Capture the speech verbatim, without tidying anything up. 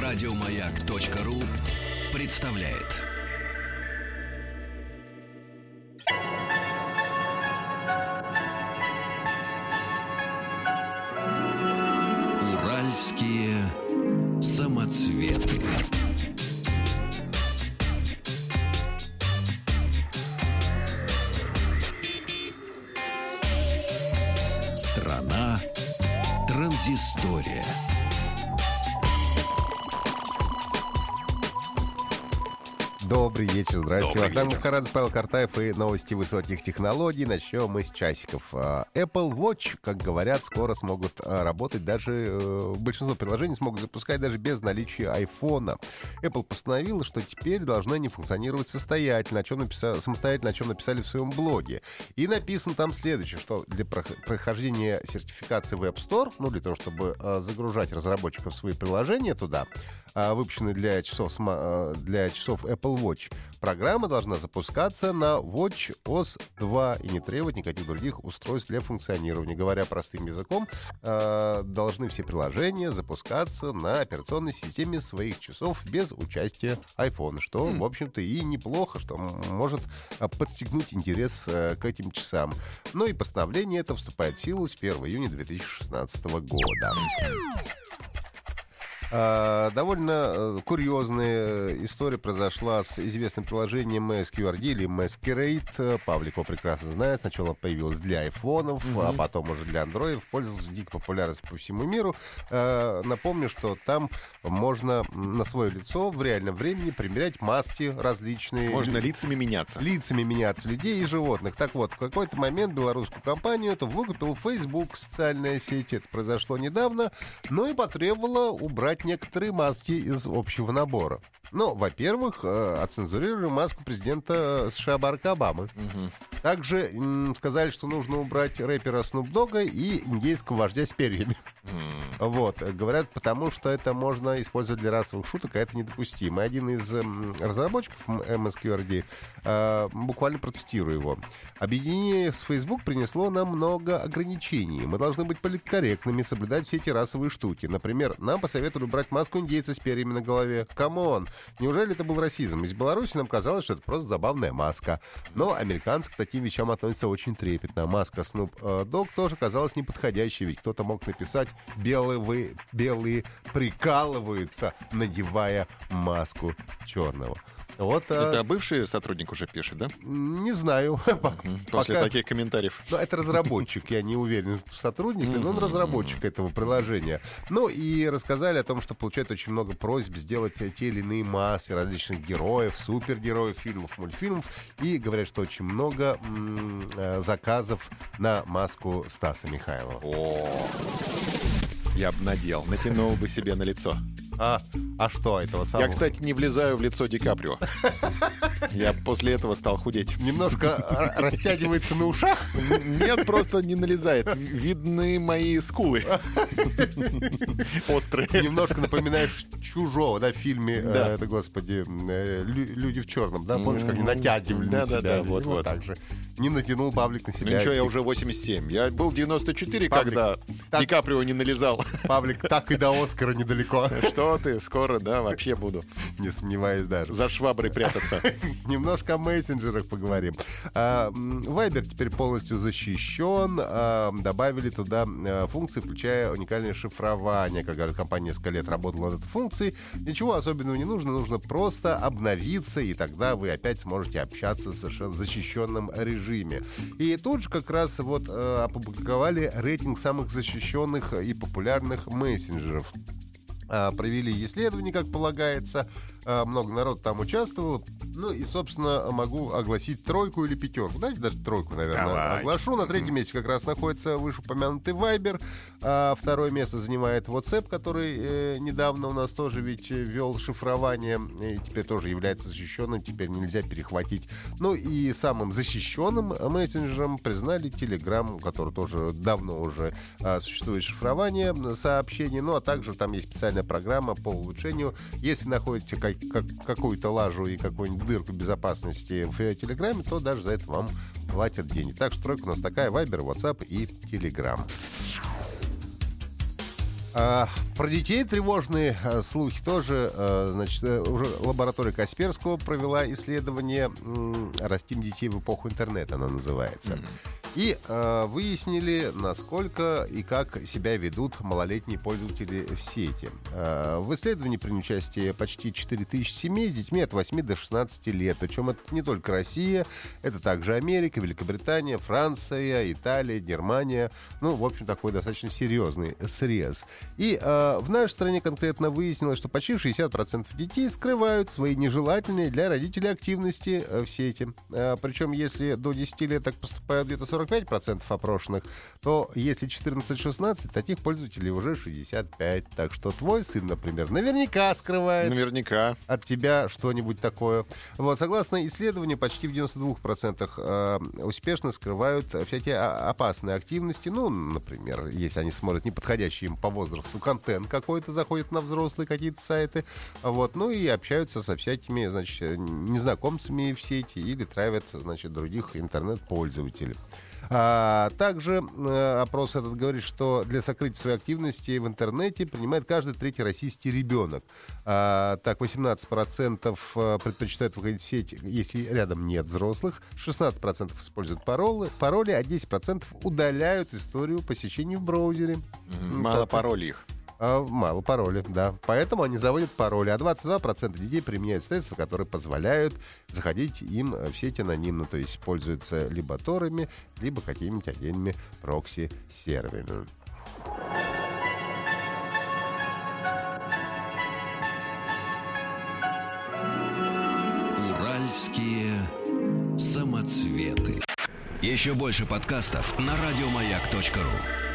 Радиомаяк.ру представляет. Уральские самоцветы. Страна транзистория. Добрый вечер, здравствуйте. Добрый Вахтанг вечер. Махарадзе, Павел Картаев и новости высоких технологий. Начнем мы с часиков. А, Apple Watch, как говорят, скоро смогут а, работать даже... э, Большинство приложений смогут запускать даже без наличия айфона. Apple постановила, что теперь должны они функционировать самостоятельно, о чем написали, самостоятельно, о чем написали в своем блоге. И написано там следующее, что для прох- прохождения сертификации в App Store, ну, для того, чтобы а, загружать разработчиков свои приложения туда, а, выпущенные для часов, сма- а, для часов Apple Watch, программа должна запускаться на WatchOS два и не требовать никаких других устройств для функционирования. Говоря простым языком, э, должны все приложения запускаться на операционной системе своих часов без участия iPhone, что, в общем-то, и неплохо, что м- может э, подстегнуть интерес э, к этим часам. Ну и постановление это вступает в силу с первого июня две тысячи шестнадцатого года. А, довольно э, курьезная история произошла с известным приложением эс кью ар ди или Masquerade. Павлик его прекрасно знает. Сначала появилось для айфонов, mm-hmm. а потом уже для андроидов. Пользовался дикой популярностью по всему миру. А, напомню, что там можно на свое лицо в реальном времени примерять маски различные. Можно лицами меняться. Лицами меняться людей и животных. Так вот, в какой-то момент белорусскую компанию это выкупил Facebook, социальная сеть. Это произошло недавно, но и потребовало убрать некоторые маски из общего набора. Ну, во-первых, э, оцензурировали маску президента США Барака Обамы. Угу. Также м, сказали, что нужно убрать рэпера Снуп Догга и индейского вождя с перьями. Mm. Вот. Говорят, потому что это можно использовать для расовых шуток, а это недопустимо. Один из м, разработчиков эм эс кью ар ди, э, буквально процитирую его. «Объединение с Facebook принесло нам много ограничений. Мы должны быть политкорректными, соблюдать все эти расовые штуки. Например, нам посоветовали брать маску индейца с перьями на голове. Камон! Неужели это был расизм? Из Беларуси нам казалось, что это просто забавная маска. Но американцы к таким вещам относятся очень трепетно. Маска Snoop Dogg тоже казалась неподходящей, ведь кто-то мог написать «белые, вы, белые прикалываются, надевая маску черного». Вот, Это а... бывший сотрудник уже пишет, да? Не знаю. Угу. После Пока... таких комментариев. Ну, это разработчик, я не уверен в сотруднике, но он разработчик этого приложения. Ну, и рассказали о том, что получают очень много просьб сделать те или иные маски различных героев, супергероев, фильмов, мультфильмов. И говорят, что очень много м- э, заказов на маску Стаса Михайлова. О, я бы надел, натянул бы себе на лицо. А, а что этого самого? Я, кстати, не влезаю в лицо Ди Каприо. Я после этого стал худеть. Немножко р- растягивается на ушах? Нет, просто не налезает. Видны мои скулы. Острые. Немножко напоминаешь «Чужого», да, в фильме, Да. э, это, господи, э, лю- «Люди в черном», да, помнишь, как они натягивали Да, на да, себя? да, вот, вот вот. так же. Не натянул Павлик на Ну себя. ничего, я уже восемьдесят семь. Я был девяносто четыре, Павлик, когда так- Ди Каприо не налезал. Павлик, так и до Оскара недалеко. Что ты, скоро, да, вообще буду Не сомневаюсь даже. за шваброй прятаться. Немножко о мессенджерах поговорим. А, м, Viber теперь полностью защищен. А, добавили туда а, функции, включая уникальное шифрование. Как говорят, компания несколько лет работала над этой функцией. Ничего особенного не нужно. Нужно просто обновиться, и тогда вы опять сможете общаться в совершенно защищенном режиме. И тут же как раз вот а, опубликовали рейтинг самых защищенных и популярных мессенджеров. А, провели исследование, как полагается. А, много народу там участвовало. Ну и, собственно, могу огласить тройку или пятерку. Давайте даже тройку, наверное, Давай. оглашу. На третьем месте как раз находится вышеупомянутый Viber. А второе место занимает WhatsApp, который э, недавно у нас тоже ведь ввел шифрование и теперь тоже является защищенным. Теперь нельзя перехватить. Ну и самым защищенным мессенджером признали Telegram, у которого тоже давно уже а, существует шифрование сообщений. Ну а также там есть специальная программа по улучшению. Если находите как, как, какую-то лажу и какую-нибудь дырку безопасности в Телеграме, то даже за это вам платят деньги. Так что тройка у нас такая: Viber, WhatsApp и Telegram. А, про детей тревожные а, слухи тоже. А, значит, уже лаборатория Касперского провела исследование м, «Растим детей в эпоху интернета», она называется. Mm-hmm. И а, выяснили, насколько и как себя ведут малолетние пользователи в сети. А, в исследовании приняли участие почти четыре тысячи семей с детьми от восьми до шестнадцати лет. Причем это не только Россия, это также Америка, Великобритания, Франция, Италия, Германия. Ну, в общем, такой достаточно серьезный срез. И э, в нашей стране конкретно выяснилось, что почти шестьдесят процентов детей скрывают свои нежелательные для родителей активности э, в сети. Э, причем, если до десяти лет так поступают где-то сорок пять процентов опрошенных, то если четырнадцать-шестнадцать, таких пользователей уже шестьдесят пять. Так что твой сын, например, наверняка скрывает наверняка от тебя что-нибудь такое. Вот, согласно исследованию, почти в девяноста двух процентах э, успешно скрывают всякие опасные активности. Ну, например, если они смотрят неподходящий им по возрасту контент какой-то, заходят на взрослые какие-то сайты, вот, ну и общаются со всякими, значит, незнакомцами в сети или травят, значит, других интернет-пользователей. А также э, опрос этот говорит, что для сокрытия своей активности в интернете принимает каждый третий российский ребенок. А, так, восемнадцать процентов предпочитают выходить в сеть, если рядом нет взрослых, шестнадцать процентов используют пароли, пароли, а десять процентов удаляют историю посещений в браузере. Mm-hmm. Мало паролей их. А, мало паролей, да. Поэтому они заводят пароли. А двадцать два процента детей применяют средства, которые позволяют заходить им в сеть анонимно. То есть пользуются либо торами, либо какими-нибудь отдельными прокси-серверами. Уральские самоцветы. Еще больше подкастов на радиомаяк точка ру.